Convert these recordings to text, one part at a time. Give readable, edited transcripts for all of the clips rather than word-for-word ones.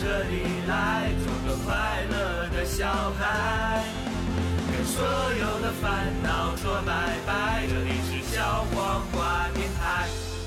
这里来，做个快乐的小孩，跟所有的烦恼说拜拜。这里是小黄瓜电台。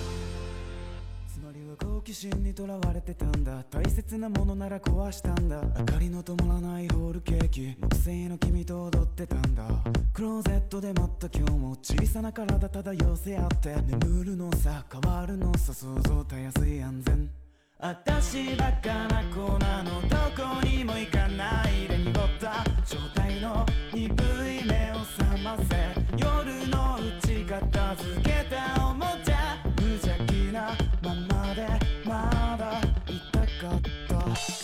好奇心にとらわれてたんだ大切なものなら壊したんだ明かりの灯らないホールケーキ木製の君と踊ってたんだクローゼットで待った今日も小さな体漂せ合って眠るのさ変わるのさ想像たやすい安全私バカな子なのどこにも行かないで濁った状態の鈍い目を覚ませ夜のうち片付けたおもちゃ無邪気なままでまだ痛かった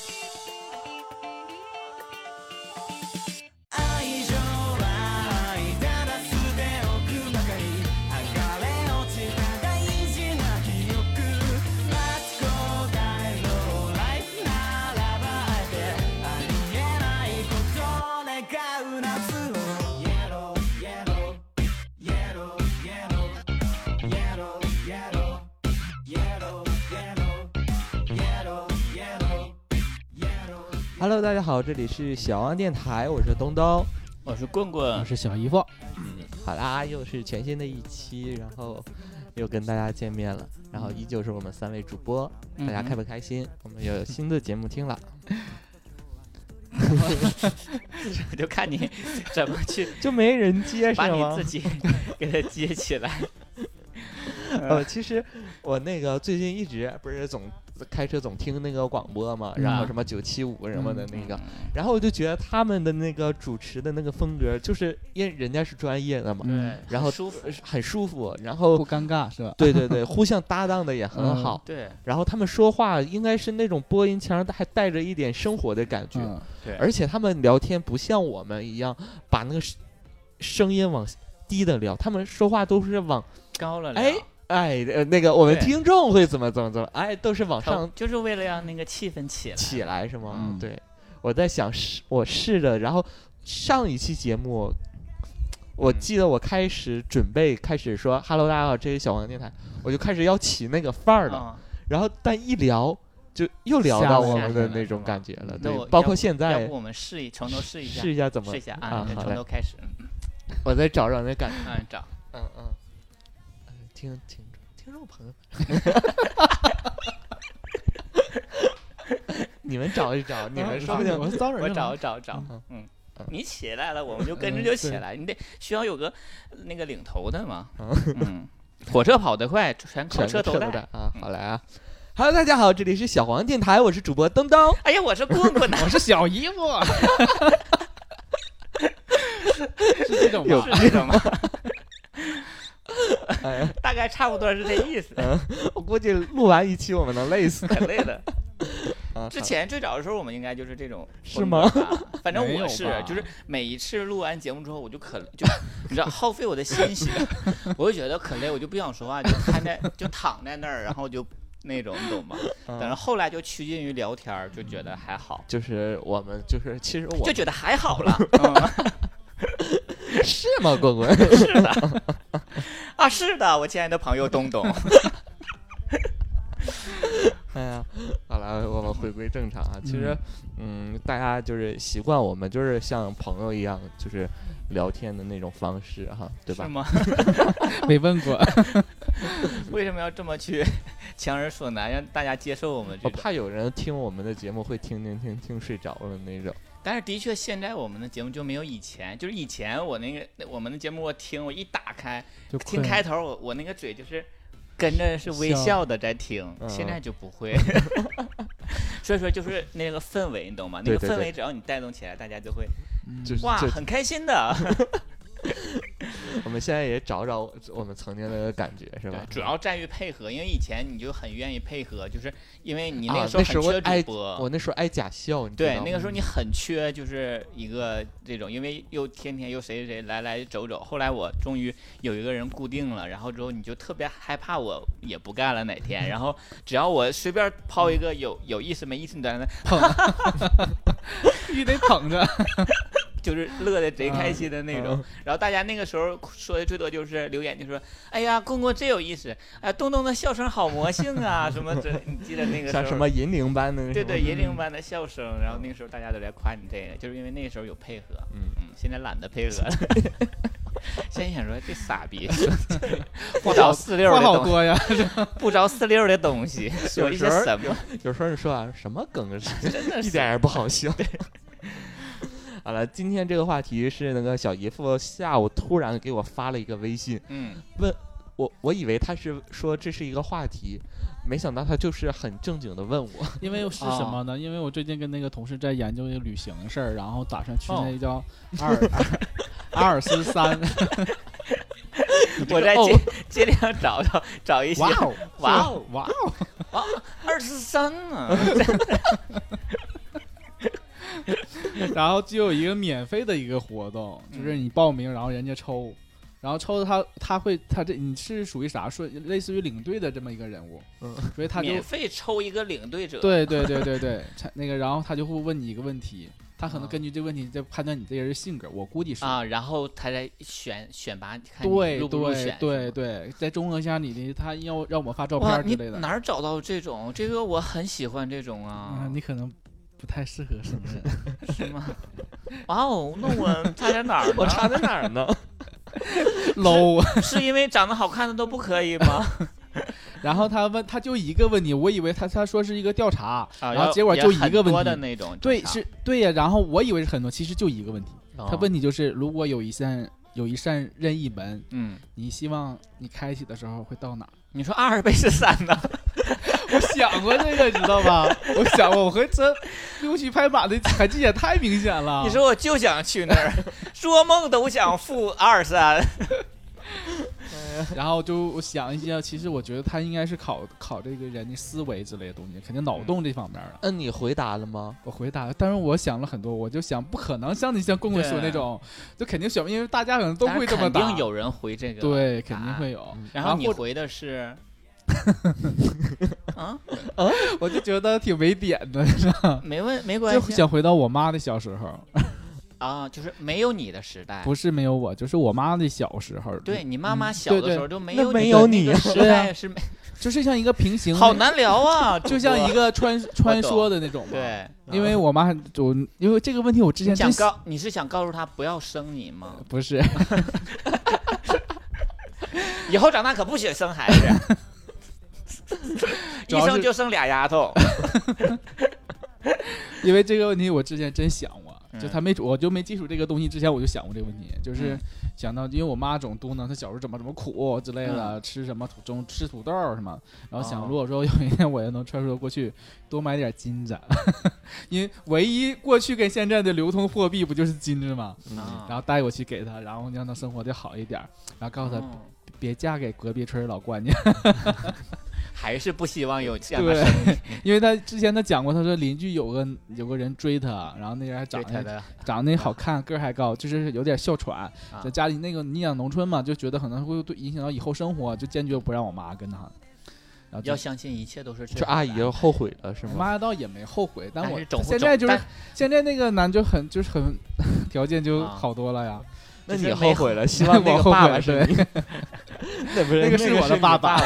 愛情はただ捨ておくばかり剥がれ落ちた大事な記憶マツコ大のライフならばあえてありえないことを願う夏を Yellow, yellow, yellow, yellow, yellow, yellow, yellow, yellow, yellow, yellow. Hello， 大家好，这里是小王电台，我是东东， 我是棍棍， 我是小姨夫。 好啦，又是全新的一期，然后又跟大家见面了，然后依旧是我们3位主播，大家开不开心？我们有新的节目听了， 我就看你怎么去就没人接把是吗？ 你自己给它接起来。 其实我那个最近一直不是总开车总听那个广播嘛，然后什么975什么的那个，然后我就觉得他们的那个主持的那个风格，就是因为人家是专业的嘛，然后很舒服，然后不尴尬是吧？ 对对对，互相搭档的也很好。 对， 然后他们说话应该是那种播音腔，还带着一点生活的感觉。 对， 而且他们聊天不像我们一样把那个声音往低的聊，他们说话都是往高了聊。 那个我们听众会怎么，都是往上， 就是为了让那个气氛起来是吗？对，我在想，我试着，然后上一期节目，我记得我开始说 "Hello， 大家好，这是小黄电台"，我就开始要起那个范儿了，然后但一聊就又聊到我们的那种感觉了，对，包括现在， 要不我们从头试一下， 怎么试一下啊？从头开始， 我再找那感觉， 找， 听众朋友你们找一找，你们说不定我找，你起来了，我们就跟着就起来，你得需要有个那个领头的嘛，火车跑得快，全靠车头带啊，好来啊。Hello， 大家好，这里是小黄电台，我是主播登登。 哎呀，我是棍棍， 我是小姨夫。是这种吗？ 是这种吗？大概差不多是这意思。 我估计录完一期我们能累死， 很累的。之前最早的时候我们应该就是这种， 是吗？ 反正我是，就是每一次录完节目之后，我就你知道耗费我的心血，我就觉得可累，我就不想说话，就躺在那儿，然后就那种，你懂吗？但是后来就趋近于聊天，就觉得还好。 就是我们其实我就觉得还好了。 是吗，棍棍？ 是的。啊，是的，我亲爱的朋友东东。 哎呀，好了，我们回归正常啊。其实，大家就是习惯我们就是像朋友一样，就是聊天的那种方式哈，对吧？ 是吗？ 没问过。 为什么要这么去强人所难，让大家接受我们这种？ 我怕有人听我们的节目会听睡着了那种。 但是的确，现在我们的节目就没有以前，就是以前我们的节目我一打开听开头，我那个嘴就是跟着是微笑的在听，现在就不会。所以说就是那个氛围，你懂吗？那个氛围只要你带动起来，大家就会哇很开心的。 我们现在也找我们曾经的感觉，是吧？ 主要在于配合，因为以前你就很愿意配合，就是因为你那个时候很缺主播， 我那时候爱假笑，你知道吗？ 对，那个时候你很缺，就是一个这种，因为又天天又谁来走，后来我终于有一个人固定了，然后之后你就特别害怕我也不干了哪天，然后只要我随便抛一个有意思没意思，你在那捧，必须得捧着。 就是乐得贼开心的那种。然后大家那个时候说的最多就是留言就说，哎呀，公公真有意思，哎，东东的笑声好魔性啊，什么这，你记得那个时候像什么银铃般的， 对，银铃般的笑声。然后那个时候大家都在夸你这个，就是因为那个时候有配合。现在懒得配合了。现在想说这傻逼，不着四六的东西， 好多呀， 不着四六的东西，说一些什么？ 有时候你说啊，什么梗是一点也不好笑。好了，今天这个话题是那个小姨夫下午突然给我发了一个微信，问我以为他是说这是一个话题，没想到他就是很正经的问我。 因为是什么呢？因为我最近跟那个同事在研究一个旅行的事儿，然后打算去那叫阿尔斯山。 我在街里上找一些，哇哦，23啊！ 然后就有一个免费的一个活动，就是你报名，然后人家抽。然后抽他你是属于啥？说类似于领队的这么一个人物，所以他就免费抽一个领队者。 对，那个，然后他就会问你一个问题，他可能根据这个问题在判断你这人性格，我估计是啊，然后他再选拔，看你入不入选。 对，在综合下你的，他要让我发照片之类的。 哪儿找到这种？这个我很喜欢这种啊。 你可能不太适合生人， 是吗？哇哦，那我差在哪儿？ 我差在哪儿呢 ？low 是因为长得好看的都不可以吗？ 然后他就一个问题，我以为他说是一个调查，然后结果就一个问题的那种。 对呀，然后我以为是很多，其实就一个问题。他问题就是如果有一扇任意门，你希望你开启的时候会到哪儿？ 你说阿尔卑斯山呢？ 我想过这个，你知道吧？我想过，我和这溜须拍马的痕迹也太明显了。 你说我就想去那儿，做梦都想赴阿尔山。 然后就想一下，其实我觉得他应该是考这个人的思维之类的东西，肯定脑洞这方面的。 你回答了吗？ 我回答了，但是我想了很多，我就想不可能像公公说那种，就肯定选，因为大家可能都会这么答。 肯定有人回这个， 对，肯定会有。 然后你回的是。 我就觉得挺没点的，是吧？ 没关系， 就想回到我妈的小时候啊，就是没有你的时代， 不是没有我，就是我妈的小时候。 对你妈妈小的时候就没有你的时代是没， 就是像一个平行， 好难聊啊， 就像一个穿梭的那种嘛。 对， 因为我妈因为这个问题我之前你是想告诉她不要生你吗？ 不是， 以后长大可不许生孩子。一生就生俩丫头。 因为这个问题我之前真想过，我就没记住这个东西之前我就想过这个问题，就是想到因为我妈总嘟囔她小时候怎么苦之类的，吃什么吃土豆什么，然后想如果说有一天我也能穿梭过去多买点金子。因为唯一过去跟现在的流通货币不就是金子吗？然后带过去给她，然后让她生活的好一点，然后告诉她别嫁给隔壁村老官家。 还是不希望有这样的生意。因为他之前他讲过，他说邻居有个人追他，然后那人还长得好看，个儿还高，就是有点哮喘，在家里那个你养农村嘛，就觉得可能会影响到以后生活，就坚决不让我妈跟他。然后要相信一切都是这阿姨后悔了是吗？ 我妈倒也没后悔，但我现在现在那个男就很条件就好多了呀。 那你后悔了？希望那个爸爸是你。 那不是那个是我的爸爸。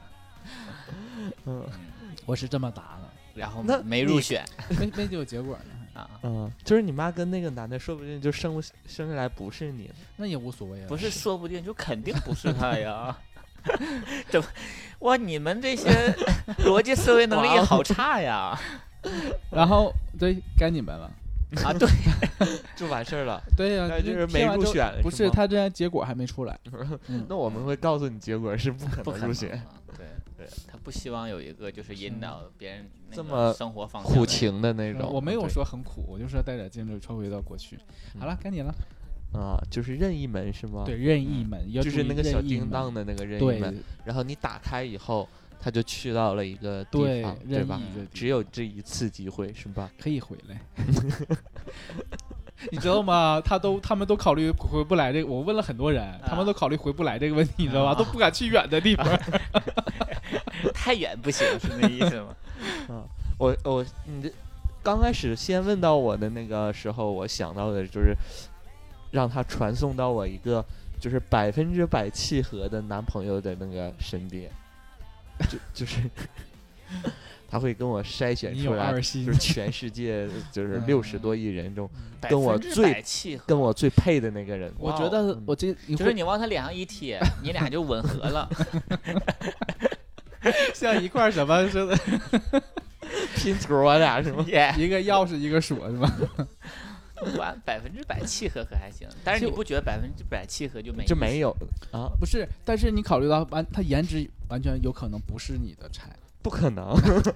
嗯， 我是这么答的， 然后没入选， 没有结果呢啊。就是你妈跟那个男的，说不定就生下来不是你， 那也无所谓啊。 不是说不定，就肯定不是他呀。怎么？哇，你们这些逻辑思维能力好差呀！ 然后对，该你们了啊，对， 就完事儿了。 对呀， 就是没入选， 不是他这结果还没出来。 那我们会告诉你结果是不可能入选。 对，他不希望有一个就是引导别人这么生活方向苦情的那种。 我没有说很苦，我就说带点劲就抽回到过去。好了，该你了。 就是任意门是吗？ 对，任意门， 就是那个小叮当的那个任意门，然后你打开以后，他就去到了一个地方，对吧？只有这一次机会是吧？ 可以回来。你知道吗？他们都考虑回不来这个。我问了很多人，他们都考虑回不来这个问题，你知道吧？都不敢去远的地方。 太远不行，是那意思吗？ 刚开始先问到我的那个时候，我想到的就是让他传送到我一个就是100%契合的男朋友的那个身边，就是他会跟我筛选出来，就是全世界就是60多亿人中跟我最配的那个人。 我觉得我就是你往他脸上一贴，你俩就吻合了， 像一块什么似的拼图啊俩是吗？ 一个钥匙一个锁是吧？ 完100%契合可还行，但是你不觉得100%契合就没有啊？ 不是，但是你考虑到他颜值完全有可能不是你的菜。 不可能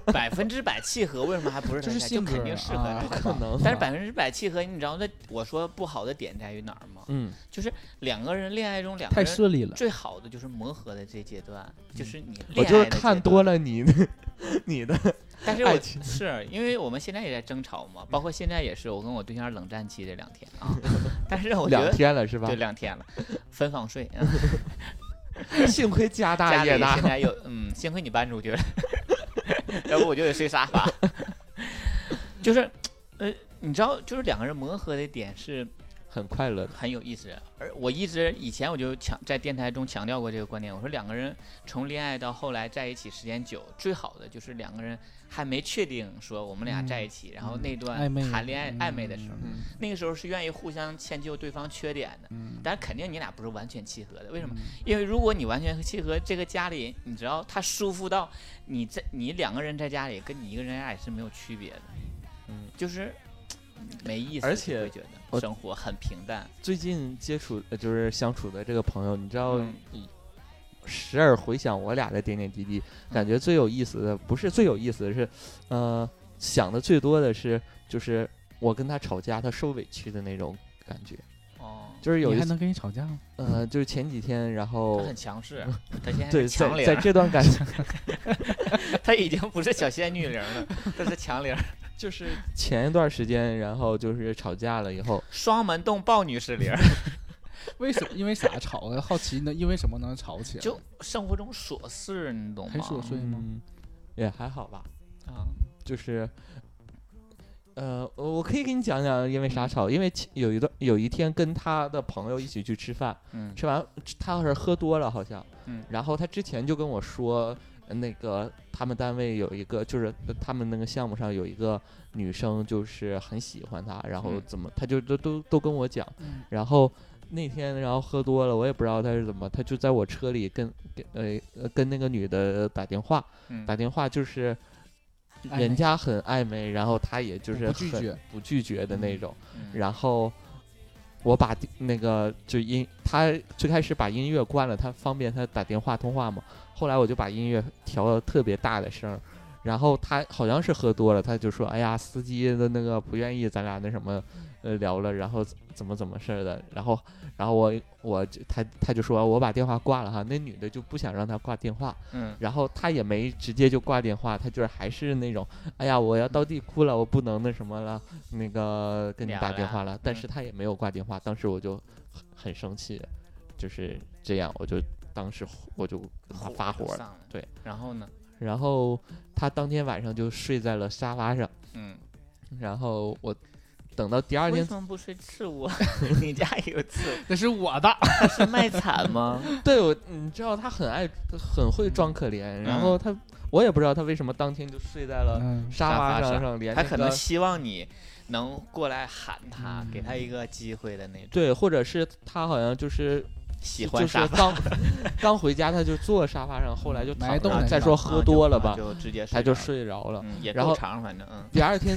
，100%契合，为什么还不是？ 就是性格肯定适合， 不可能。 但是100%契合，你知道我说不好的点在于哪儿吗？就是两个人恋爱中，两个人太顺利了。 最好的就是磨合的这阶段，就是你恋爱的我就是看多了你的。 但是是因为我们现在也在争吵嘛，包括现在也是，我跟我对象冷战期这2天啊。但是我觉得 2天了是吧？ 对，2天了，分房睡。 幸亏家大业大， 现在有幸亏你搬出去了，要不我就得睡沙发。就是你知道，就是两个人磨合的点是很快乐的， 很有意思。而我以前我就在电台中强调过这个观点，我说两个人从恋爱到后来在一起时间久，最好的就是两个人还没确定说我们俩在一起，然后那段谈恋爱暧昧的时候，那个时候是愿意互相迁就对方缺点的。但肯定你俩不是完全契合的，为什么？因为如果你完全契合，这个家里你只要他舒服到你两个人在家里跟你一个人在家里是没有区别的，就是没意思， 而且会觉得生活很平淡。 最近接触就是相处的这个朋友，你知道，时而回想我俩的点点滴滴，感觉最有意思的不是最有意思的是，想的最多的是就是我跟他吵架，他受委屈的那种感觉。就是有一次你还能跟你吵架吗？ 就是前几天，然后他很强势，他现在对是强铃， 在这段感情， 他已经不是小仙女铃了，他是强铃。 就是前一段时间，然后就是吵架了以后， 双门洞鲍女士铃。 为什么？因为啥吵的？好奇呢？因为什么能吵起来？ 就生活中琐事，你懂吗？ 很琐碎吗？ 也还好吧。就是，我可以给你讲讲因为啥吵。因为有一天跟他的朋友一起去吃饭，吃完他是喝多了好像，然后他之前就跟我说，那个他们单位有一个，就是他们那个项目上有一个女生，就是很喜欢他，然后他就都跟我讲，然后那天然后喝多了，我也不知道他是怎么，他就在我车里跟那个女的打电话，就是人家很暧昧，然后他也就是不拒绝的那种，然后我把那个他最开始把音乐关了，他方便他打电话通话嘛。后来我就把音乐调到特别大的声，然后他好像是喝多了，他就说：“哎呀，司机的那个不愿意咱俩那什么聊了，然后怎么事的。”然后他就说我把电话挂了哈，那女的就不想让他挂电话，然后他也没直接就挂电话，他就是还是那种，哎呀，我要到地哭了，我不能那什么了，那个跟你打电话了，但是他也没有挂电话，当时我就很生气，就是这样，当时我就跟他发火了，对， 然后呢？ 然后他当天晚上就睡在了沙发上，然后我等到第二天， 为什么不睡次卧？你家也有次卧？ 那是我的。 他是卖惨吗？ 对，你知道他很会装可怜，然后我也不知道他为什么当天就睡在了沙发上，连他可能希望你能过来喊他，给他一个机会的那种。 对，或者是他好像就是喜欢沙发，刚回家他就坐沙发上，后来就躺着。再说喝多了吧， 就直接他就睡着了。 也然后长，反正第二天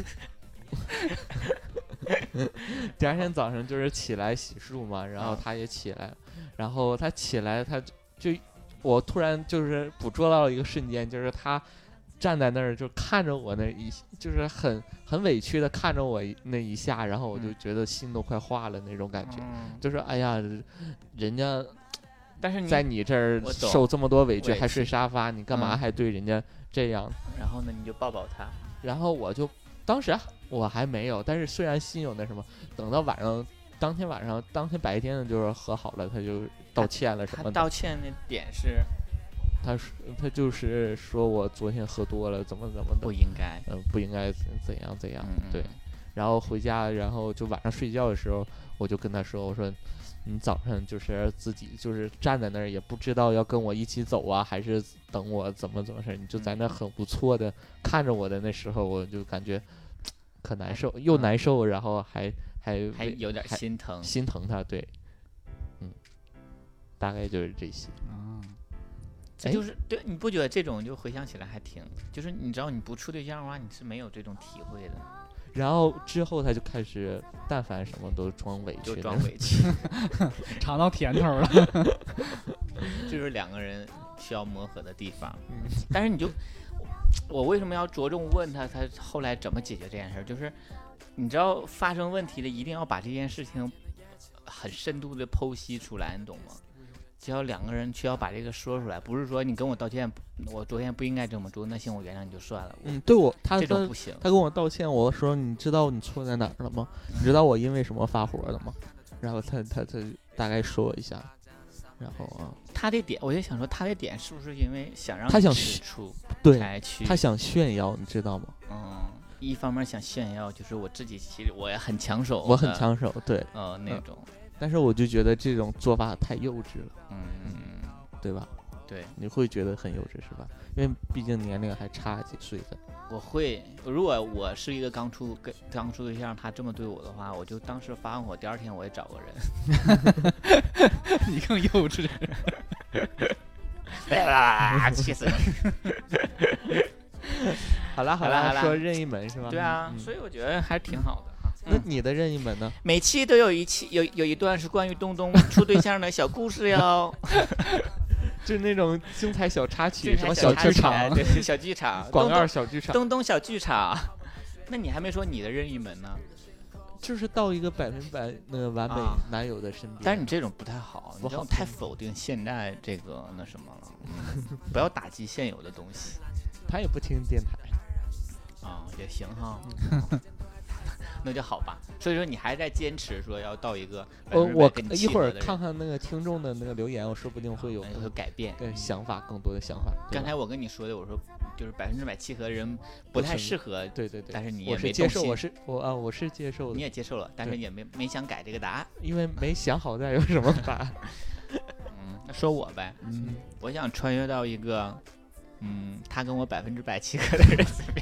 早上就是起来洗漱嘛，然后他也起来了，然后他起来他就我突然就是捕捉到了一个瞬间，就是他站在那儿就看着我就是很委屈的看着我那一下，然后我就觉得心都快化了那种感觉，就是哎呀，人家但是在你这儿受这么多委屈还睡沙发，你干嘛还对人家这样？ 然后呢，你就抱抱他， 然后当时我还没有，但是虽然心有那什么，等到当天白天呢，就是和好了，他就道歉了什么的。 他道歉那点是， 他就是说我昨天喝多了，怎么的， 不应该， 不应该怎样，对。然后回家，然后就晚上睡觉的时候，我就跟他说，我说你早上就是自己就是站在那儿，也不知道要跟我一起走啊，还是等我怎么事，你就在那很不错的看着我的那时候，我就感觉可难受，又难受，然后还有点心疼他，对，大概就是这些。 这就是对，你不觉得这种就回想起来还挺，就是你知道你不处对象的话，你是没有这种体会的。 然后之后他就开始，但凡什么都装委屈， 尝到甜头了。 就是两个人需要磨合的地方。但是我为什么要着重问他后来怎么解决这件事？就是你知道发生问题的一定要把这件事情很深度的剖析出来，你懂吗？只要两个人需要把这个说出来，不是说你跟我道歉，我昨天不应该这么做，那行我原谅你就算了。 对他这种不行。 他跟我道歉，我说你知道你错在哪儿了吗？你知道我因为什么发火的吗？然后他大概说一下，然后他的点，我就想说他的点是不是因为想让他想吃醋， 对， 才去他想炫耀，你知道吗？ 一方面想炫耀，就是我自己其实我也很抢手， 我很抢手，对， 那种。 但是我就觉得这种做法太幼稚了，对吧？ 对， 你会觉得很幼稚是吧？因为毕竟年龄还差几岁的。 我会，如果我是一个刚处对象，他这么对我的话，我就当时发完火，第二天我也找个人。 你更幼稚。 气死你！ 好啦，说任意门是吧？ 对啊，所以我觉得还挺好的。 那你的任意门呢？ 每期都有一段是关于东东处对象的小故事哟。 就是那种精彩小插曲，什么小剧场， 对，小剧场， 广告小剧场， 东东小剧场。那你还没说你的任意门呢？ 就是到一个100%那个完美男友的身边。 但是你这种不太好，你这种太否定现在这个那什么了。不要打击现有的东西。 他也不听电台也行哈。那就好吧。所以说你还在坚持说要到一个我一会儿看看那个听众的那个留言，我说不定会有改变， 想法，更多的想法。 刚才我跟你说的，我说就是100%契合的人不太适合， 对， 但是你也没接受，我是接受的， 你也接受了，但是也没想改这个答案， 因为没想好再有什么答案。 那说我呗，我想穿越到一个他跟我100%契合的人身边。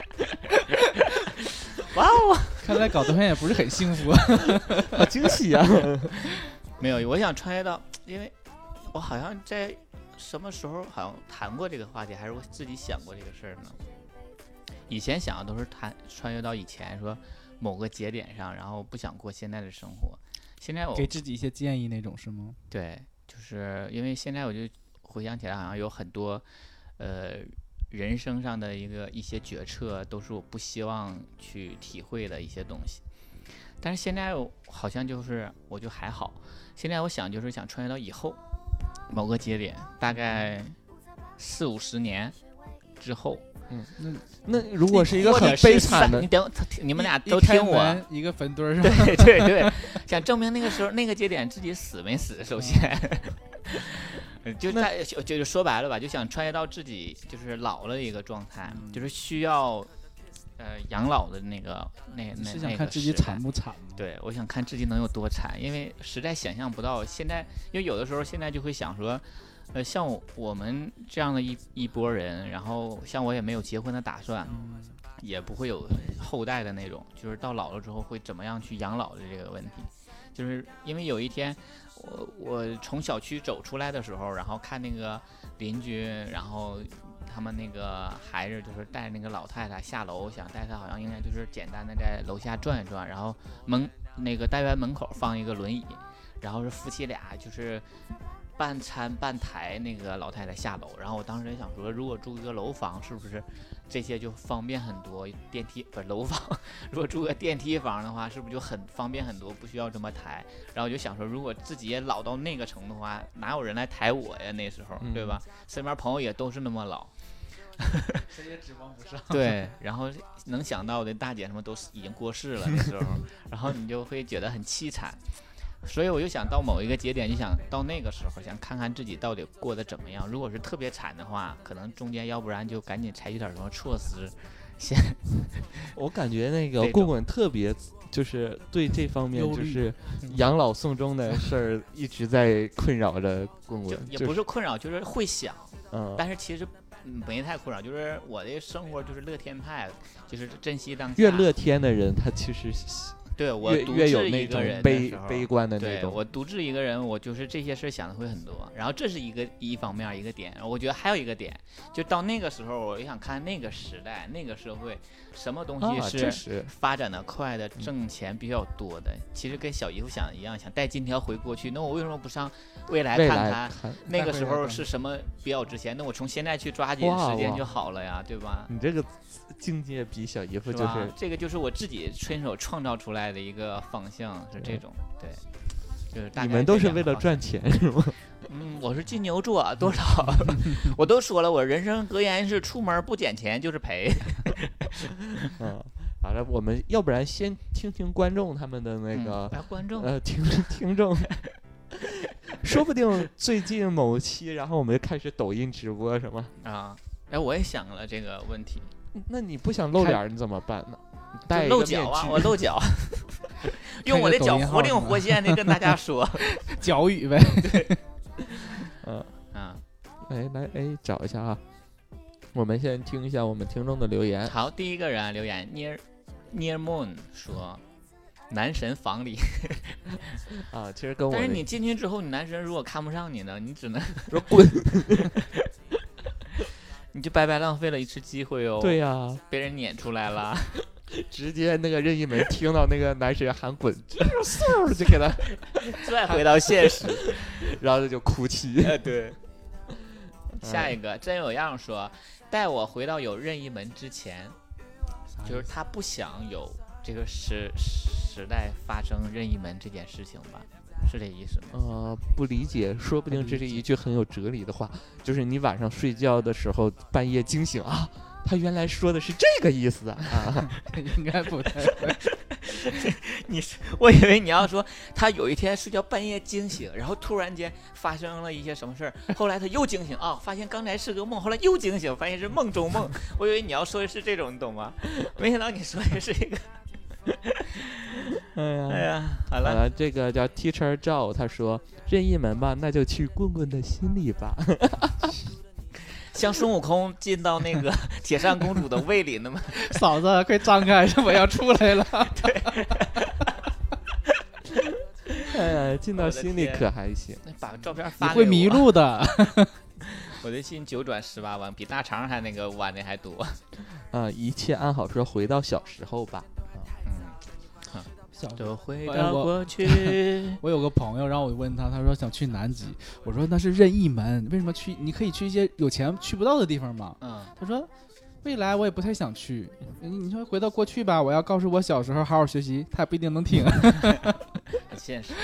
哇哦！ 看来搞对象也不是很幸福， 好惊喜啊！ 没有，我想穿越到，因为我好像在什么时候好像谈过这个话题，还是我自己想过这个事儿呢？以前想的都是穿越到以前，说某个节点上，然后不想过现在的生活。现在我给自己一些建议那种是吗？ 对，就是因为现在我就回想起来，好像有很多人生上的一些决策都是我不希望去体会的一些东西，但是现在好像就是我就还好。现在我想就是想穿越到以后某个节点，大概40-50年之后。 那如果是一个很悲惨的， 你们俩都听我一个坟堆上。 对，想证明那个时候那个节点自己死没死，首先。就是说白了吧，就想穿越到自己就是老了一个状态，就是需要养老的那个是想看自己惨不惨吗？ 对，我想看自己能有多惨，因为实在想象不到现在，因为有的时候现在就会想说，像我们这样的一波人，然后像我也没有结婚的打算，也不会有后代的那种，就是到老了之后会怎么样去养老的这个问题，就是因为有一天。我从小区走出来的时候，然后看那个邻居，然后他们那个孩子就是带那个老太太下楼，想带她好像应该就是简单的在楼下转一转，然后那个单元门口放一个轮椅，然后是夫妻俩就是半搀半抬那个老太太下楼，然后我当时想说，如果住一个楼房，是不是这些就方便很多？电梯不是楼房，如果住个电梯房的话，是不是就很方便很多，不需要这么抬？然后我就想说，如果自己也老到那个程度的话，哪有人来抬我呀？那时候，对吧？身边朋友也都是那么老， 谁也指望不上。 对，然后能想到的大姐什么都已经过世了那时候，然后你就会觉得很凄惨。 所以我就想到某一个节点，就想到那个时候，想看看自己到底过得怎么样。如果是特别惨的话，可能中间要不然就赶紧采取点什么措施。 我感觉那个棍棍特别就是对这方面就是养老送终的事儿一直在困扰着棍棍， 也不是困扰，就是会想，但是其实没太困扰，就是我的生活就是乐天派，就是珍惜当下。 越乐天的人，他其实对我越有那种悲观的那种。 我独自一个人，我就是这些事想的会很多。然后这是一方面一个点，我觉得还有一个点，就到那个时候，我就想看那个时代、那个社会，什么东西是发展的快的、挣钱比较多的。其实跟小姨夫想的一样，想带金条回过去。那我为什么不上未来看看那个时候是什么比较值钱？那我从现在去抓紧时间就好了呀，对吧？ 你这个境界比小姨夫就是这个就是我自己亲手创造出来的一个方向，是这种。对，就是大概你们都是为了赚钱是吗？ 我是金牛座，多少我都说了，我人生格言是出门不捡钱就是赔。 好了，我们要不然先听听观众他们的那个观众听众。说不定最近某期，然后我们就开始抖音直播什么啊？我也想了这个问题。 那你不想露脸你怎么办呢？戴露脚啊！我露脚，用我的脚活灵活现的跟大家说脚语呗。 来找一下啊！我们先听一下我们听众的留言。 好，第一个人留言 Near Moon 说。男神房里啊，其实跟我， 但是你进去之后，你男神如果看不上你呢，你只能说滚， 你就白白浪费了一次机会哦。 对呀， 被人撵出来了， 直接那个任意门听到那个男神喊滚，嗖就给他再回到现实， 然后他就哭泣。 对。下一个真有样说，带我回到有任意门之前，就是他不想有这个时代发生任意门这件事情吧，是这意思吗？ 不理解，说不定这是一句很有哲理的话，就是你晚上睡觉的时候半夜惊醒啊，他原来说的是这个意思啊。 应该不太会。 我以为你要说他有一天睡觉半夜惊醒，然后突然间发生了一些什么事儿，后来他又惊醒啊，发现刚才是个梦，后来又惊醒，发现是梦中梦。我以为你要说的是这种，你懂吗？没想到你说的是一个。哎呀，好了， 这个叫 Teacher 赵，他说任意门吧，那就去棍棍的心里吧。 像孙悟空进到那个铁扇公主的胃里那么， 嫂子快张开，我要出来了。 对。 哎呀，进到心里可还行。 把照片发给我， 你会迷路的。 我的心9转18弯，比大肠还那个弯的还多。 一切安好，说回到小时候吧。 都回到过去。 我有个朋友让我问他，他说想去南极，我说那是任意门，为什么去？你可以去一些有钱去不到的地方嘛。他说未来我也不太想去。你说回到过去吧，我要告诉我小时候好好学习，他也不一定能听。 很现实。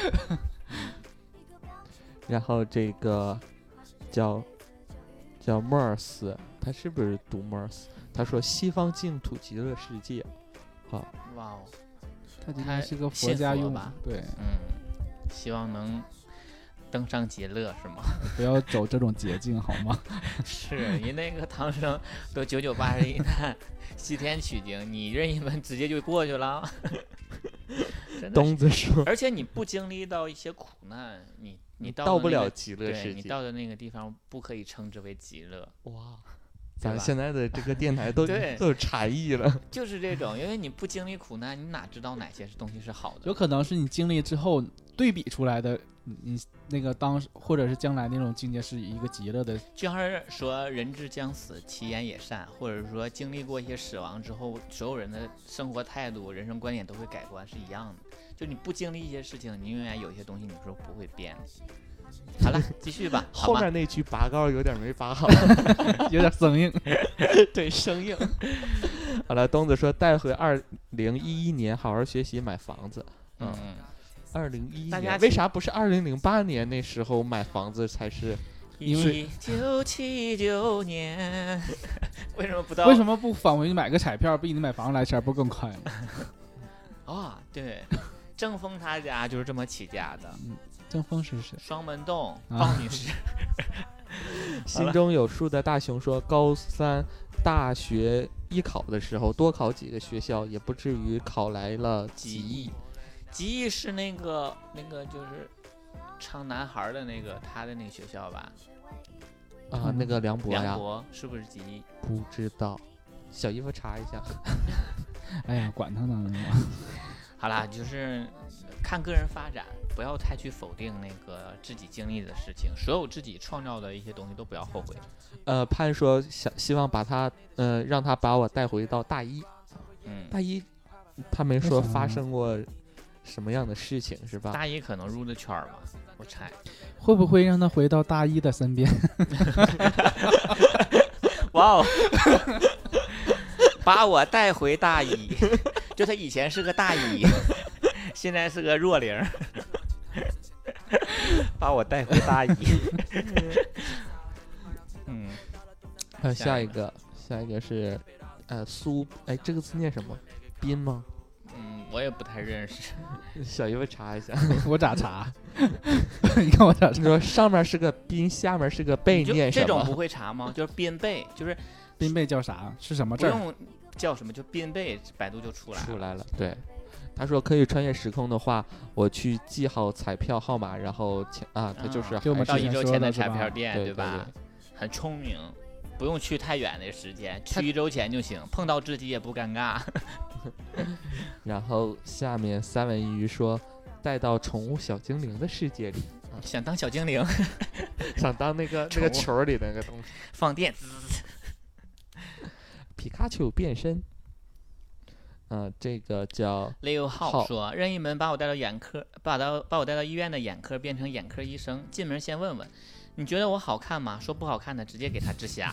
然后这个叫莫尔斯，他是不是读莫尔斯？他说西方净土极乐世界。好， 哇哦。 他应该是个佛家用吧？对， 希望能登上极乐是吗？ 不要走这种捷径好吗？ 是你那个唐僧都9981难西天取经，你任意门直接就过去了。 东子说， 而且你不经历到一些苦难，你到不了极乐世界， 你到的那个地方不可以称之为极乐。 哇！咱现在的这个电台都有禅意了， 就是这种，因为你不经历苦难，你哪知道哪些东西是好的？ 有可能是你经历之后对比出来的，你那个或者是将来那种境界是一个极乐的。 就像是说人之将死，其言也善，或者说经历过一些死亡之后，所有人的生活态度、人生观点都会改观，是一样的。就你不经历一些事情，你永远有一些东西你说不会变。好了，继续吧。 后面那句拔高有点没拔好， 有点生硬。 对，生硬。好了，东子说带回2011年好好学习买房子。2011年，为啥不是2008年那时候买房子才是 ？1979年，为什么不返回去买个彩票，比你买房来钱不更快吗？ 对。 郑峰他家就是这么起家的。 郑峰是谁？ 双门洞鲍女士。 心中有数的大熊说，高三大学艺考的时候多考几个学校，也不至于考来了几亿。 几亿是那个就是唱男孩的那个他的那个学校吧？ 啊，那个梁博呀。 梁博是不是几亿？ 不知道，小姨夫查一下。 哎呀，管他呢。 好啦，就是看个人发展，不要太去否定那个自己经历的事情，所有自己创造的一些东西都不要后悔。 潘说希望把他让他把我带回到大一。大一他没说发生过什么样的事情是吧？ 大一可能入的圈吧，我猜。 会不会让他回到大一的身边？ 哇哦！把我带回大一，就他以前是个大一，现在是个弱零。把我带回大一。 下一个是苏，哎，这个字念什么？斌吗？ 我也不太认识。 小姨夫查一下。 我咋查？你看我咋查？ 你说上面是个斌，下面是个贝，念什么？ 这种不会查吗？就是斌贝，就是斌贝叫啥？是什么字？ 不用叫什么，就斌贝，百度就出来了。 对，他说可以穿越时空的话，我去记好彩票号码，然后他就是到1周前的彩票店， 对吧？很聪明，不用去太远的时间，去1周前就行，碰到自己也不尴尬。 然后下面三文鱼说，带到宠物小精灵的世界里， 想当小精灵， 想当那个球里的那个东西， 放电。 皮卡丘变身。这个叫 Leo 浩说，任意门把我带到眼科，把我带到医院的眼科变成眼科医生，进门先问问你觉得我好看吗？说不好看的直接给他治瞎。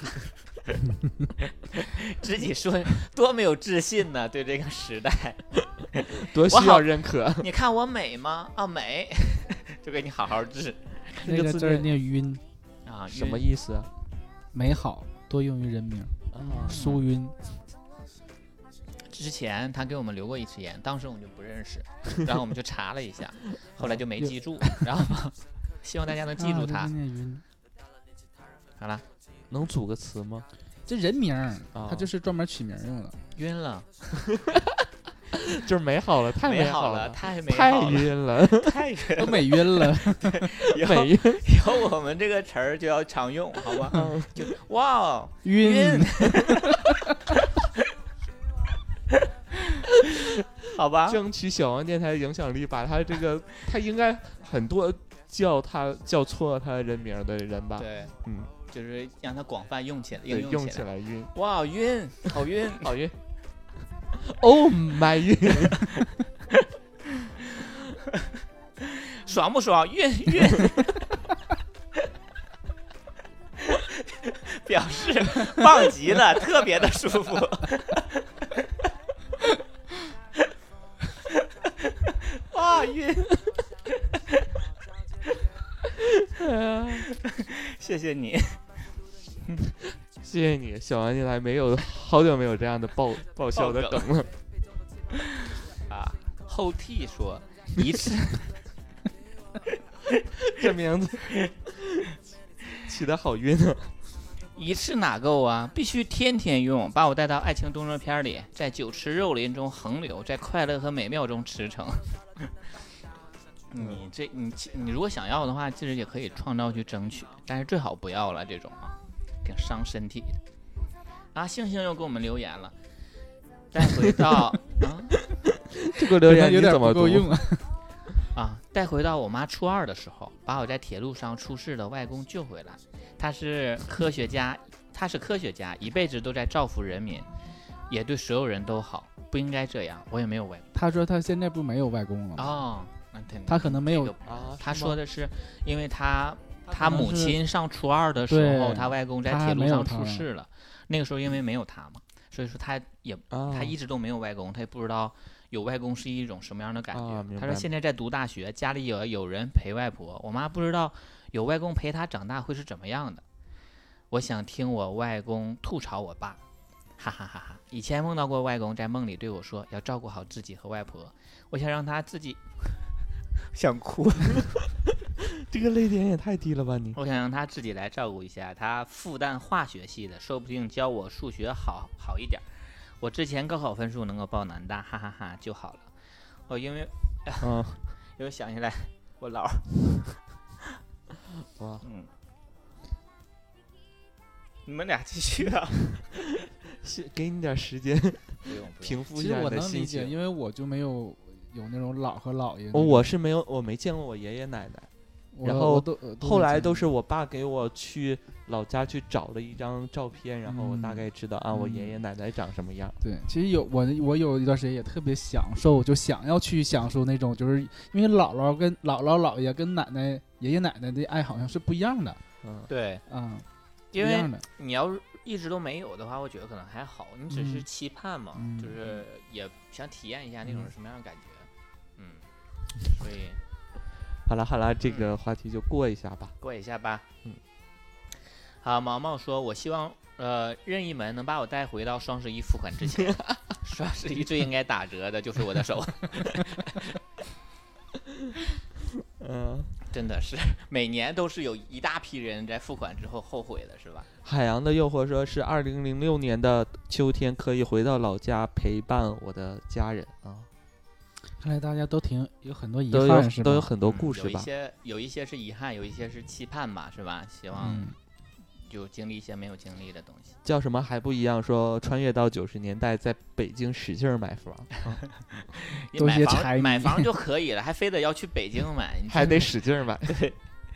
自己说多没有自信呢，对这个时代多需要认可。 你看我美吗？美。就给你好好治。 那个字念晕啊， 什么意思？ 美好多用于人名。苏晕。 之前他给我们留过一次言，当时我们就不认识，然后我们就查了一下，后来就没记住，然后希望大家能记住他。好了， 能组个词吗？ 这人名他就是专门取名用的。 晕了。 就是美好了，太美好了，太晕了， 太都美晕了。 美晕， 以后我们这个词儿就要常用，好吧？就哇晕。 好吧， 争取小王电台的影响力，把他这个，他应该很多叫错他人名的人吧？ 对，就是让他广泛用起来， 用起来晕。 哇，晕，好晕， 好晕。Oh my 晕。 爽不爽？晕。表示棒极了，特别的舒服。哇，晕。谢谢你。 谢谢你，小王电台好久没有这样的爆笑的梗了。 后 T 说一次。 这名字起得好晕啊！ 一次哪够啊？必须天天用，把我带到爱情动作片里，在酒池肉林中横流，在快乐和美妙中驰骋。你如果想要的话，其实也可以创造去争取，但是最好不要了，这种挺伤身体的。星星又给我们留言了，再回到这个留言有点不够用带回到我妈初2的时候，把我在铁路上出事的外公救回来。他是科学家，一辈子都在造福人民，也对所有人都好，不应该这样。我也没有外公。 他说他现在不没有外公了他可能没有他说的是因为他母亲上初2的时候，他外公在铁路上出事了。那个时候因为没有他嘛，所以说他一直都没有外公，他也不知道有外公是一种什么样的感觉。他说现在在读大学，家里有人陪外婆，我妈不知道有外公陪他长大会是怎么样的。我想听我外公吐槽我爸， 哈哈哈哈！以前梦到过外公在梦里对我说要照顾好自己和外婆，我想让他自己想哭， 这个泪点也太低了吧你！ 我想让他自己来照顾一下，他复旦化学系的，说不定教我数学好一点。我之前高考分数能够报南大，哈哈哈就好了。我因为因为想起来我姥儿， 哇， 你们俩继续啊， 是给你点时间不用平复其实我一下你的能理解， 心情。 因为我就没有那种姥和姥爷。 我是没有，我没见过我爷爷奶奶。然后后来都是我爸给我去老家去找了一张照片，然后我大概知道我爷爷奶奶长什么样。 对，其实我有一段时间也特别享受，就想要去享受那种，就是因为姥姥姥爷跟爷爷奶奶的爱好像是不一样的。 对，因为你要一直都没有的话，我觉得可能还好，你只是期盼嘛，就是也想体验一下那种是什么样的感觉。所以。 好了，这个话题就过一下吧。 好，毛毛说，我希望任意门能把我带回到双11付款之前。双11最应该打折的就是我的手。真的是每年都是有一大批人在付款之后后悔的，是吧？ 海洋的诱惑说是2006年的秋天可以回到老家陪伴我的家人啊。 看来大家都有很多遗憾，是吧？ 都有很多故事吧。 有一些是遗憾，有一些是期盼吧，是吧？希望就经历一些没有经历的东西。 叫什么还不一样？说穿越到90年代，在北京使劲买房， 多些柴米买房就可以了，还非得要去北京买， 还得使劲买。 对，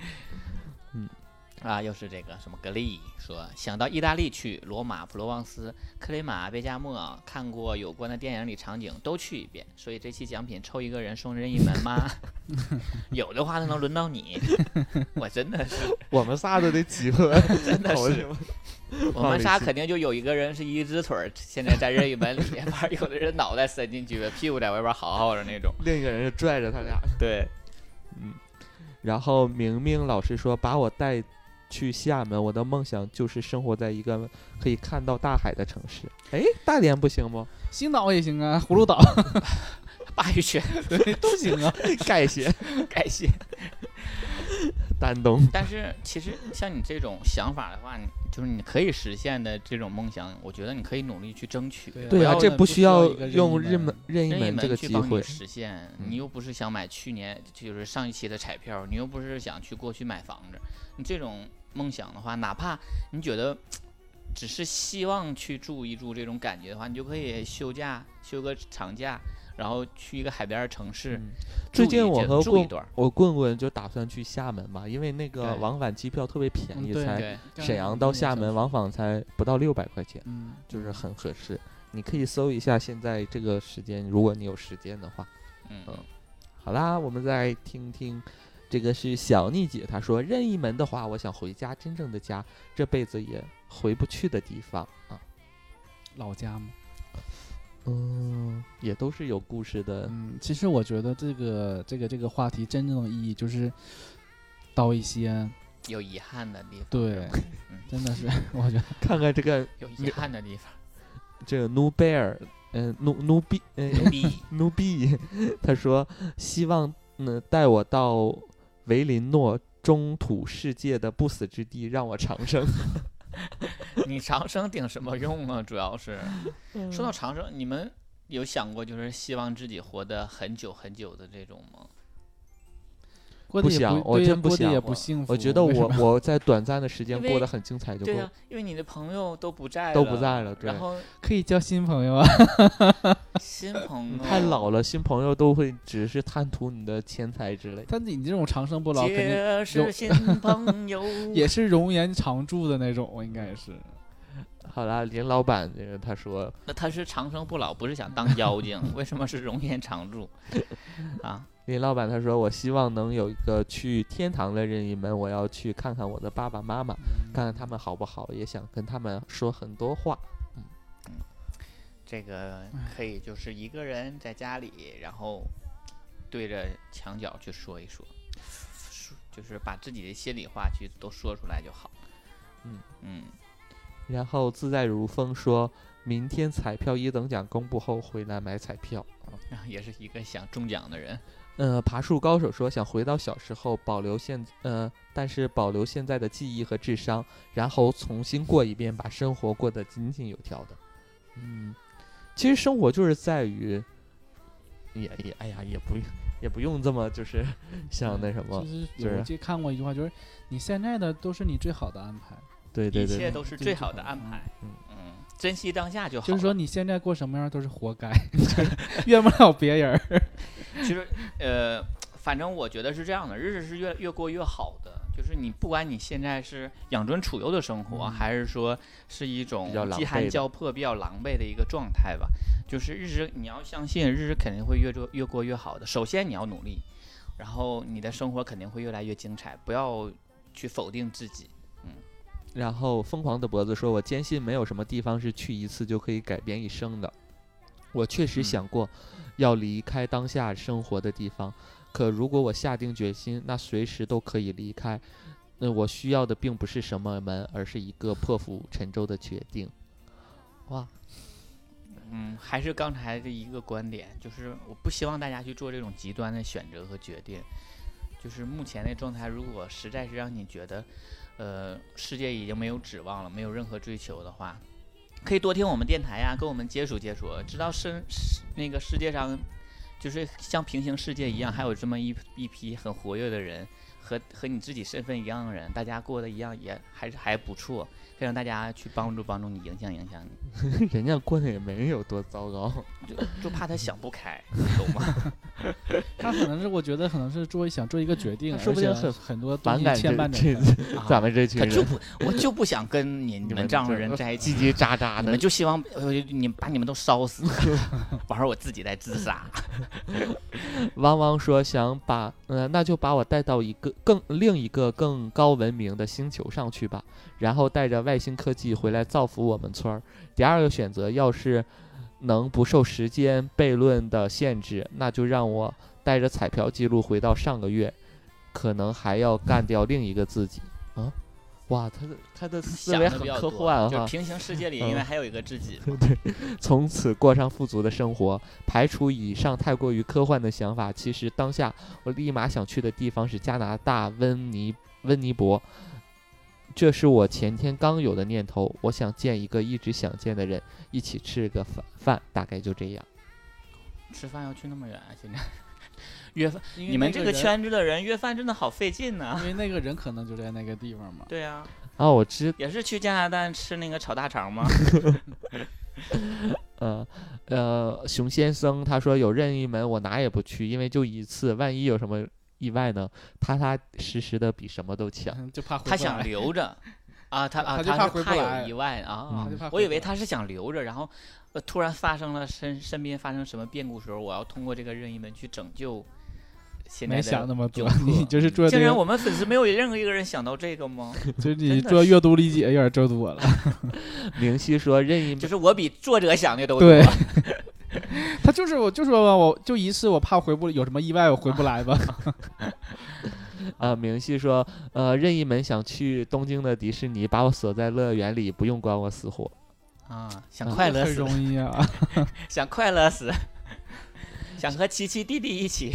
又是这个什么格力说想到意大利去罗马、普罗旺斯、克雷马、贝加莫，看过有关的电影里场景都去一遍，所以这期奖品抽一个人送任意门吗？有的话能轮到你。我真的是我们仨都得集合， 真的是我们仨肯定就有一个人是一只腿现在在任意门里面，有的人脑袋伸进去，屁股在外边好好的那种， 另一个人就拽着他俩。 对， 然后明明老师说把我带去厦门，我的梦想就是生活在一个可以看到大海的城市。大连不行不？ 青岛也行啊，葫芦岛、 鲅鱼泉对都行啊， 盖县、丹东。 但是其实像你这种想法的话，就是你可以实现的这种梦想，我觉得你可以努力去争取。 对啊，这不需要用任意门这个机会实现。你又不是想买去年就是上一期的彩票，你又不是想去过去买房子，你这种梦想的话，哪怕你觉得只是希望去住一住这种感觉的话，你就可以休个长假，然后去一个海边的城市。 最近我和棍棍就打算去厦门嘛，因为那个往返机票特别便宜，才沈阳到厦门往返才不到600块钱，就是很合适。你可以搜一下现在这个时间，如果你有时间的话。好啦，我们再听听。这个是小妮姐，她说任意门的话，我想回家，真正的家，这辈子也回不去的地方啊。 老家吗？ 也都是有故事的。 其实我觉得这个话题真正的意义就是到一些有遗憾的地方。 对，真的是，我觉得看看这个有遗憾的地方。 这个 Nu Bear，努比，他说希望带我到维林诺中土世界的不死之地，让我长生。 你长生顶什么用啊？主要是说到长生，你们有想过就是希望自己活得很久很久的这种吗？ 不想，我真不想。 也不幸福。 我觉得我在短暂的时间过得很精彩就够。 对啊，因为你的朋友都不在了，对。 然后可以交新朋友啊。 新朋友太老了，新朋友都会只是贪图你的钱财之类。 但你这种长生不老，肯定是新朋友， 也是容颜常驻的那种，应该是。 好啦，林老板这个他说， 那他是长生不老，不是想当妖精，为什么是容颜常驻啊？ 林老板他说，我希望能有一个去天堂的任意门，我要去看看我的爸爸妈妈，看看他们好不好，也想跟他们说很多话。 这个可以就是一个人在家里，然后对着墙角去说一说，就是把自己的心里话去都说出来就好。 然后自在如风说，明天彩票1等奖公布后回来买彩票。 也是一个想中奖的人。 爬树高手说想回到小时候，但是保留现在的记忆和智商，然后重新过一遍，把生活过得井井有条的。其实生活就是在于，也不用这么就是像那什么， 就是我看过一句话，就是你现在的都是你最好的安排。 对， 一切都是最好的安排。珍惜当下就好。 就是说你现在过什么样都是活该，怨不了别人。 其实反正我觉得是这样的，日子是越过越好的。就是你不管你现在是养尊处优的生活，还是说是一种饥寒交迫、比较狼狈的一个状态吧，就是日子你要相信，日子肯定会越过越好的。首先你要努力，然后你的生活肯定会越来越精彩，不要去否定自己。 然后疯狂的脖子说，我坚信没有什么地方是去一次就可以改变一生的。我确实想过要离开当下生活的地方，可如果我下定决心，那随时都可以离开。我需要的并不是什么门，而是一个破釜沉舟的决定。哇， 还是刚才的一个观点，就是我不希望大家去做这种极端的选择和决定。就是目前的状态，如果实在是让你觉得世界已经没有指望了，没有任何追求的话，可以多听我们电台呀，跟我们接触接触，知道那个世界上就是像平行世界一样，还有这么一批很活跃的人，和你自己身份一样的人，大家过得一样也还不错，可以让大家去帮助你，影响你。 人家过得也没有多糟糕， 就怕他想不开，你懂吗？ 他可能是我觉得可能是想做一个决定， 说不定很多东西牵绊着咱们这群人。 我就不想跟你们这样的人在一起， 叽叽喳喳的。 你们就希望把你们都烧死，完事我自己在自杀。 汪汪说想把那就把我带到另一个更高文明的星球上去吧，然后带着外星科技回来造福我们村儿。第二个选择，要是能不受时间悖论的限制，那就让我带着彩票记录回到上个月，可能还要干掉另一个自己啊！哇，他的思维很科幻哈， 就平行世界里因为还有一个自己， 对，从此过上富足的生活。排除以上太过于科幻的想法，其实当下我立马想去的地方是加拿大温尼伯。这是我前天刚有的念头，我想见一个一直想见的人，一起吃个饭，大概就这样。 吃饭要去那么远啊？现在约饭，你们这个圈子的人约饭真的好费劲呢。 因为那个人可能就在那个地方嘛。 对啊。 我知也是去加拿大吃那个炒大肠吗？ 熊先生他说有任意门我哪也不去，因为就一次，万一有什么意外呢？踏实的比什么都强， 就怕他想留着啊，他就怕有意外啊。我以为他是想留着，然后突然发生了身边发生什么变故时候，我要通过这个任意门去拯救。现在没想那么多，你就是做竟然我们粉丝没有任何一个人想到这个吗？ 就是你做阅读理解有点做多了。 明熙说任意就是我比作者想的都多。 对。他就是我就说我就一次，我怕有什么意外我回不来吧。 明熙说任意门想去东京的迪士尼，把我锁在乐园里，不用管我死活啊，想快乐死很容易啊。 想快乐死，想和琪琪弟弟一起。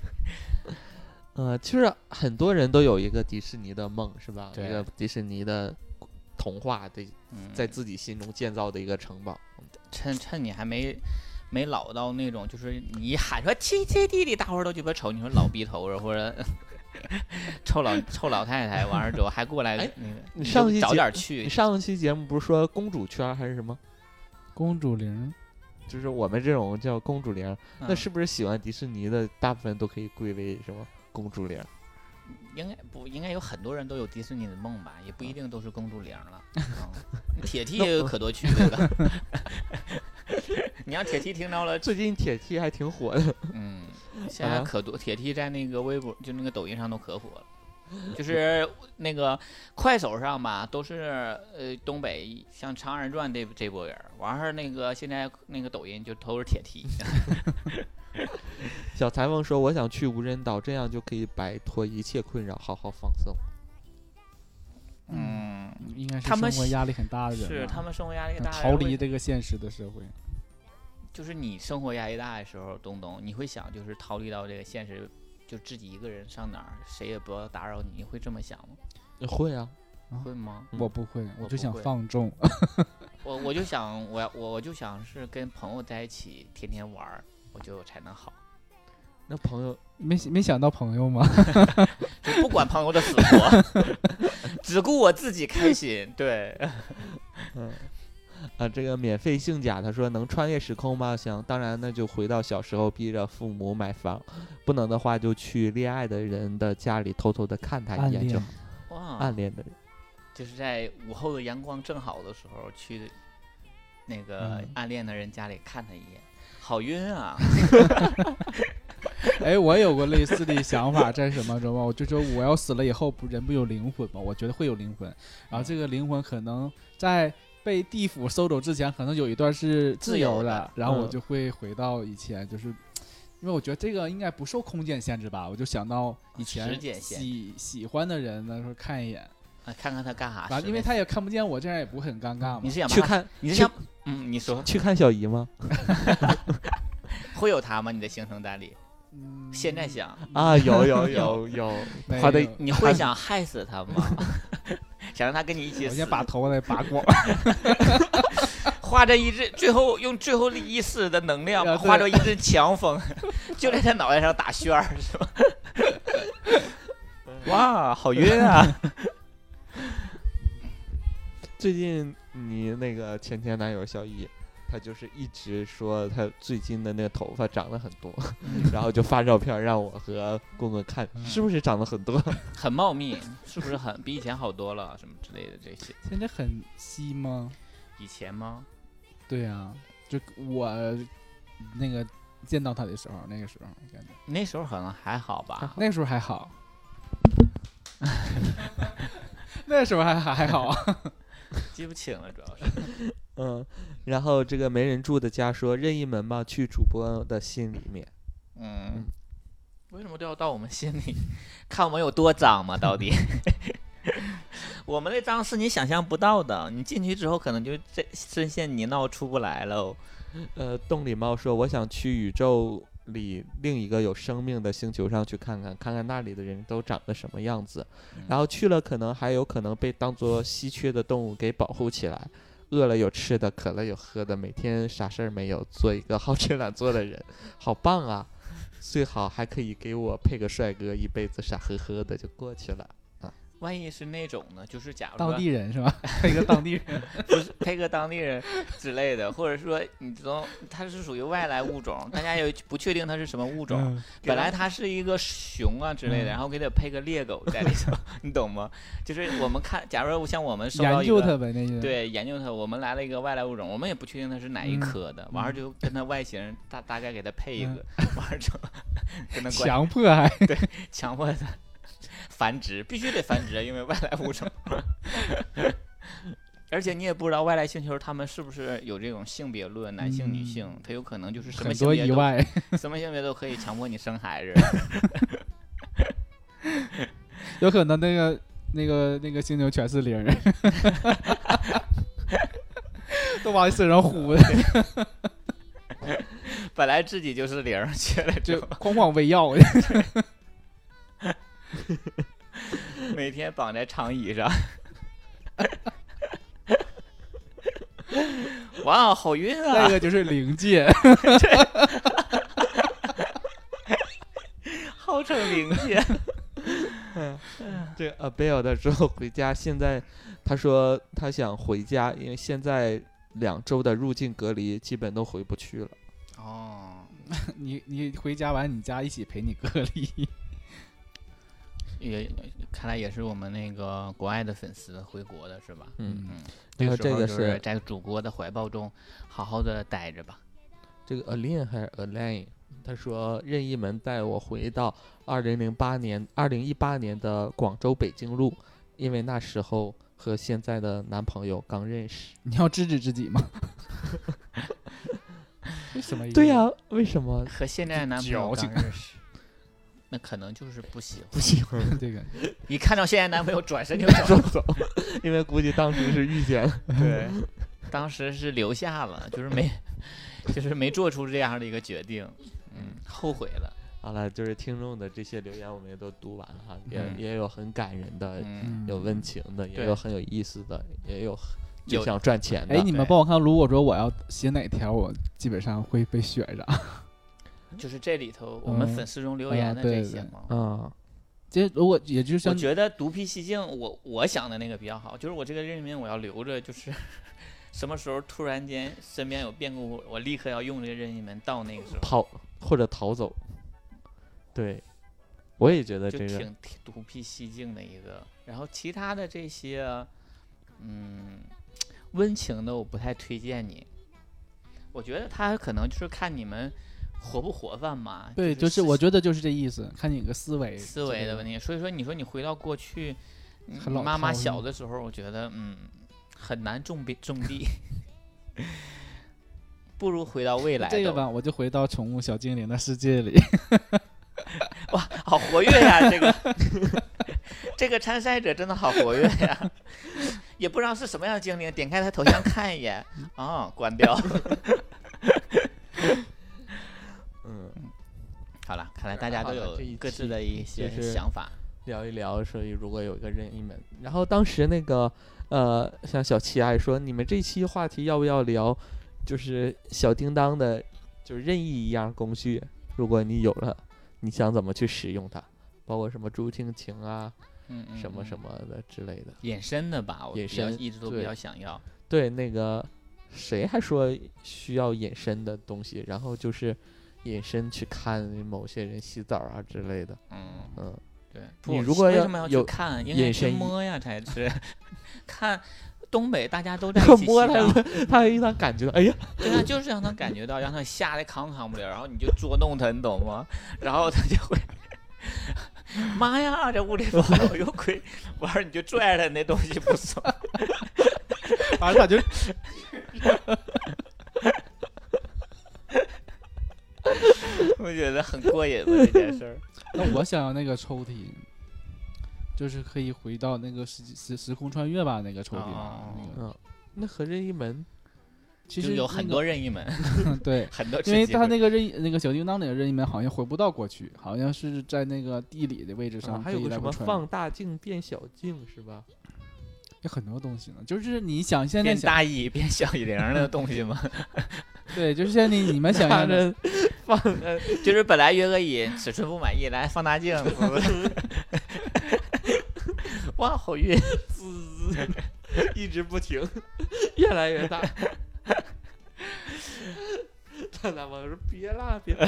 就是很多人都有一个迪士尼的梦，是吧？ 对， 一个迪士尼的童话的，在自己心中建造的一个城堡。 趁你还没老到那种，就是你一喊说七七弟弟，大伙儿都鸡巴瞅你说老逼头或者臭老太太，完了之后还过来那个， 你上期早点去。 你上期节目不是说公主圈还是什么？ 公主铃。 就是我们这种叫公主铃，那是不是喜欢迪士尼的大部分都可以归为什么公主铃？ 应该有很多人都有迪士尼的梦吧，也不一定都是公主铃了。铁 T 也有可多趣味了。你让铁 T 听到了， 最近铁 T 还挺火的。 现在可多铁 T 在那个微博，就那个抖音上都可火了。就是那个快手上吧，都是东北像《长安人传》这波人，完事儿那个现在那个抖音就都是铁 T。 小裁缝说：“我想去无人岛，这样就可以摆脱一切困扰，好好放松。” 应该是他们生活压力很大的人， 是他们生活压力大， 逃离这个现实的社会。 就是你生活压力大的时候，东东你会想就是逃离到这个现实，就自己一个人上哪儿，谁也不要打扰你，你会这么想吗？ 会啊， 会吗？ 我不会，我就想不会放纵。 我就想我就想是跟朋友在一起天天玩儿，我就才能好。 那朋友没想到朋友吗？ 就不管朋友的死活，只顾我自己开心。对， 这个免费姓贾他说能穿越时空吗？当然那就回到小时候逼着父母买房，不能的话就去恋爱的人的家里偷偷的看他一眼就好。 哇， 暗恋的人就是在午后的阳光正好的时候去那个暗恋的人家里看他一眼，好晕啊！ 哎，我有过类似的想法，在什么中吗？我就说我要死了以后，人不有灵魂吗？我觉得会有灵魂，然后这个灵魂可能在被地府收走之前，可能有一段是自由的，然后我就会回到以前，就是因为我觉得这个应该不受空间限制吧，我就想到以前喜欢的人那时候看一眼， 看看他干啥， 因为他也看不见我，这样也不很尴尬嘛。 你是想去看？ 你是想你说去看小姨吗？ 会有他吗？你的行程单里？现在想啊，有，他的你会想害死他吗？想让他跟你一起死？ 我先把头给拔光， 化着一阵，最后用最后一丝的能量，化着一阵强风，就在他脑袋上打旋儿，是吧？哇，好晕啊！ 最近你那个前男友小易，他就是一直说他最近的那个头发长了很多，然后就发照片让我和棍棍看，是不是长了很多？ 很茂密，是不是很比以前好多了？什么之类的这些。 现在很稀吗？ 以前吗？ 对啊，就我那个见到他的时候，那个时候感觉那时候可能还好吧， 那时候还好，那时候还好啊。 记不清了，主要是。 然后这个没人住的家说任意门嘛，去主播的心里面。 为什么都要到我们心里？看我们有多脏吗？到底？我们的脏是你想象不到的，你进去之后可能就深陷泥淖出不来了。 洞里猫说，我想去宇宙里另一个有生命的星球上去看看那里的人都长得什么样子，然后去了还有可能被当作稀缺的动物给保护起来，饿了有吃的，渴了有喝的，每天啥事儿没有，做一个好吃懒做的人，好棒啊！最好还可以给我配个帅哥，一辈子傻呵呵的就过去了。 万一是那种呢，就是假如当地人是吧？配个当地人， 不是配个当地人之类的，或者说你知道它是属于外来物种，大家也不确定它是什么物种。本来它是一个熊啊之类的，然后给它配个猎狗在里头，你懂吗？就是我们看，假如像我们收到一个研究它呗，那个对研究它，我们来了一个外来物种，我们也不确定它是哪一科的，完了就跟它外形大概给它配一个，完了就跟它强迫还对强迫它。繁殖必须得繁殖，因为外来物种。而且你也不知道外来星球他们是不是有这种性别论，男性女性，它有可能就是什么性别很多意外， 什么性别都可以强迫你生孩子。 有可能那个星球全是零人，都往你身上呼的。 本来自己就是零，去了就哐哐喂药。 每天绑在长椅上，哇，好晕啊！ 那个就是灵界， 号称灵界。 这个贝尔的之后回家，现在他说他想回家，因为现在2周的入境隔离基本都回不去了。 哦， 你回家完，你家一起陪你隔离。 也看来也是我们那个国外的粉丝回国的是吧？ 这个是在祖国的怀抱中好好的待着吧。 这个 Alin 还是 Alain， 他说任意门带我回到2018年的广州北京路，因为那时候和现在的男朋友刚认识。 你要制止自己吗？为什么？ 对呀，为什么和现在的男朋友刚认识？ 那可能就是不喜欢， 不喜欢这个， 一看到现任男朋友转身就走， 因为估计当时是遇见了。 对，当时是留下了，就是没做出这样的一个决定，后悔了。 好了，就是听众的这些留言我们也都读完了哈，也有很感人的，有温情的，也有很有意思的，也有就想赚钱的。 哎，你们帮我看，如果说我要写哪条，我基本上会被选上。 就是这里头我们粉丝中留言的这些吗？ 这如果也就是像我觉得独辟蹊径，我想的那个比较好，就是我这个任意门我要留着，就是什么时候突然间身边有变故，我立刻要用这个任意门到那个时候或者逃走。对，我也觉得这个挺独辟蹊径的一个。然后其他的这些，温情的我不太推荐你。我觉得他可能就是看你们活不活泛嘛。 对，就是我觉得就是这意思，看你个思维的问题。所以说，你说你回到过去，妈妈小的时候，我觉得很难种地，不如回到未来。 这个吧，我就回到宠物小精灵的世界里。 哇，好活跃呀！这个参赛者真的好活跃呀，也不知道是什么样的精灵，点开他头像看一眼，关掉。好了，看来大家都有各自的一些想法。 聊一聊，所以如果有一个任意门，然后当时那个像小七爱说，你们这期话题要不要聊，就是小叮当的，就是任意一样工具，如果你有了。你想怎么去使用它？包括什么助听器啊，什么什么的之类的。 衍生的吧，我一直都比较想要。 对，那个谁还说需要衍生的东西，然后就是衍生去看某些人洗澡啊之类的。 对。 你如果为什么要去看？应该去摸呀才是。看。东北大家都在一起摸他让他感觉到，哎呀， 对啊，就是让他感觉到，让他吓得扛不了，然后你就捉弄他，你懂吗？然后他就会，妈呀，这屋里怎么有鬼？完了你就拽着他那东西不走， 完了他就， 我觉得很过瘾吧这件事儿。 那我想要那个抽屉。就是可以回到那个时空穿越吧，那个抽屉那和任意门其实有很多任意门， 对， 很多， 因为他那个小叮当那个任意门好像回不到过去，好像是在那个地理的位置上， 还有个什么放大镜变小镜是吧？ 有很多东西呢，就是你想现在变大一变小一零的东西吗？ 对，就是现在你们想象的就是本来约个瘾，尺寸不满意，来放大镜。哇，好晕， 一直不停，越来越大。他男朋友说：“别啦，别啦。”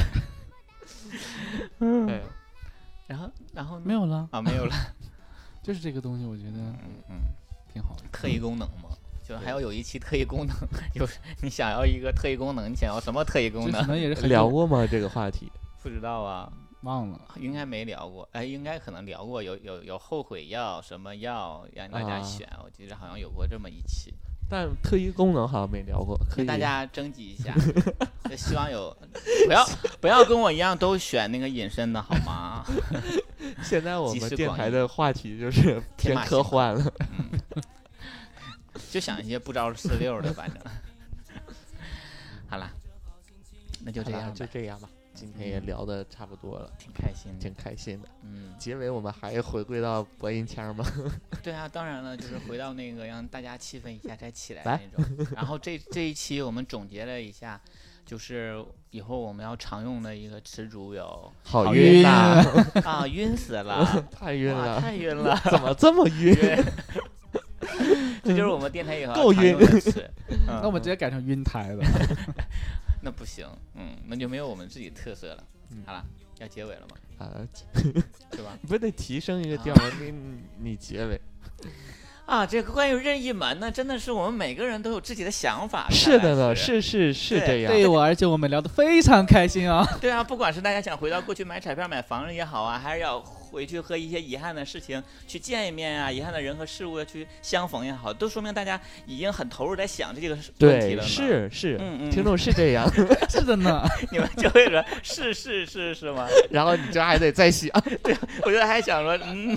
然后没有了啊，没有了。 就是这个东西，我觉得挺好的。 特异功能嘛，就还要有一期特异功能。你想要一个特异功能，你想要什么特异功能？ 可能也是聊过吗？这个话题不知道啊。 忘了， 应该没聊过。哎，应该可能聊过，有后悔药什么药让大家选，我记得好像有过这么一期。 但特异功能好像没聊过， 跟大家征集一下。希望有，不要跟我一样都选那个隐身的好吗？ 现在我们电台的话题就是偏科幻了， 就想一些不着四六的，反正。好了，那就这样， 就这样吧。今天也聊得差不多了， 挺开心的。结尾我们还回归到播音腔吗？ 对啊，当然了，就是回到那个让大家气愤一下再起来那种。然后这一期我们总结了一下，就是以后我们要常用的一个词组有好晕啊，晕死了， 太晕了，怎么这么晕？ 这就是我们电台以后够晕的词。 那我们直接改成晕台了。 那不行，那就没有我们自己特色了。好了，要结尾了吗？是吧？ 不得提升一个调给你结尾啊！这个关于任意门呢，真的是我们每个人都有自己的想法。 是的呢，是这样。 对我，而且我们聊得非常开心啊。 对啊，不管是大家想回到过去买彩票、买房子也好啊，还是要回去和一些遗憾的事情去见一面啊，遗憾的人和事物去相逢也好，都说明大家已经很投入在想这个问题了。 对，是，听众是这样， 是的呢。 你们就会说是吗？ 然后你这还得再想， 对，我觉得还想说，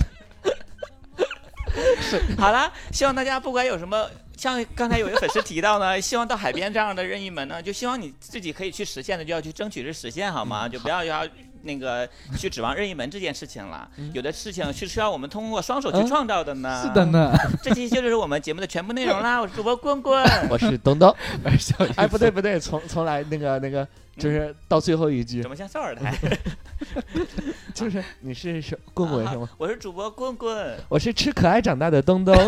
好了，希望大家不管有什么。像刚才有一个粉丝提到呢，希望到海边这样的任意门呢，就希望你自己可以去实现的，就要去争取去实现，好吗？就不要那个去指望任意门这件事情了。有的事情是需要我们通过双手去创造的呢。 是的呢。 这期就是我们节目的全部内容啦。我是主播棍棍， 我是东东。 哎， 不对，重来那个，就是到最后一句。 怎么像少儿台？ 就是你是棍棍是吗？ 我是主播棍棍。 我是吃可爱长大的东东。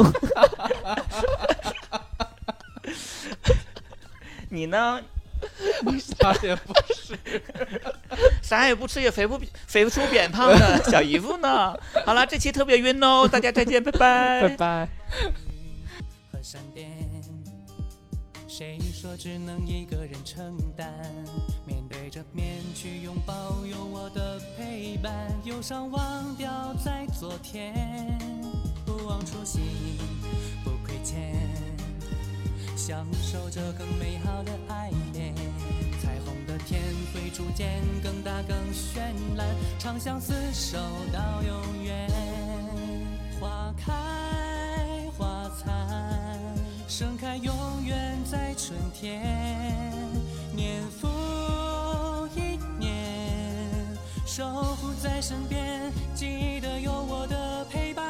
你呢？ 你啥也不是， 啥也不吃也肥不出扁胖的小姨夫呢？好了，这期特别晕哦，大家再见，拜拜， 拜拜。 和闪电，谁说只能一个人承担？面对着面去拥抱，有我的陪伴，忧伤忘掉在昨天，不忘初心，不亏欠。享受着更美好的爱恋，彩虹的天会逐渐更大更绚烂，长相厮守到永远。花开花残，盛开永远在春天，年复一年，守护在身边，记得有我的陪伴。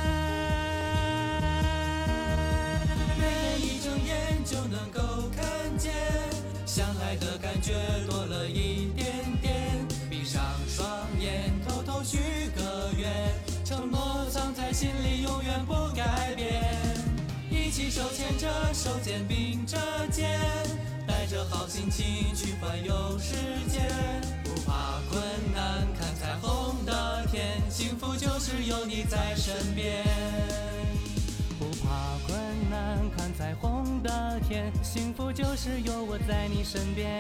就能够看见，相爱的感觉多了一点点。闭上双眼，偷偷许个愿，承诺藏在心里，永远不改变。一起手牵着手，肩并着肩，带着好心情去环游世界。不怕困难，看彩虹的天，幸福就是有你在身边。不怕困难，看彩虹的天，幸福就是有我在你身边。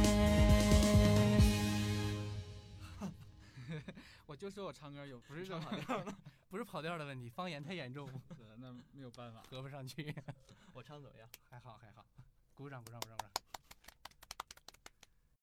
我就说我唱歌不是这跑调的，不是跑调的问题，方言太严重， 那没有办法， 合不上去。 我唱怎么样？ 还好，鼓掌。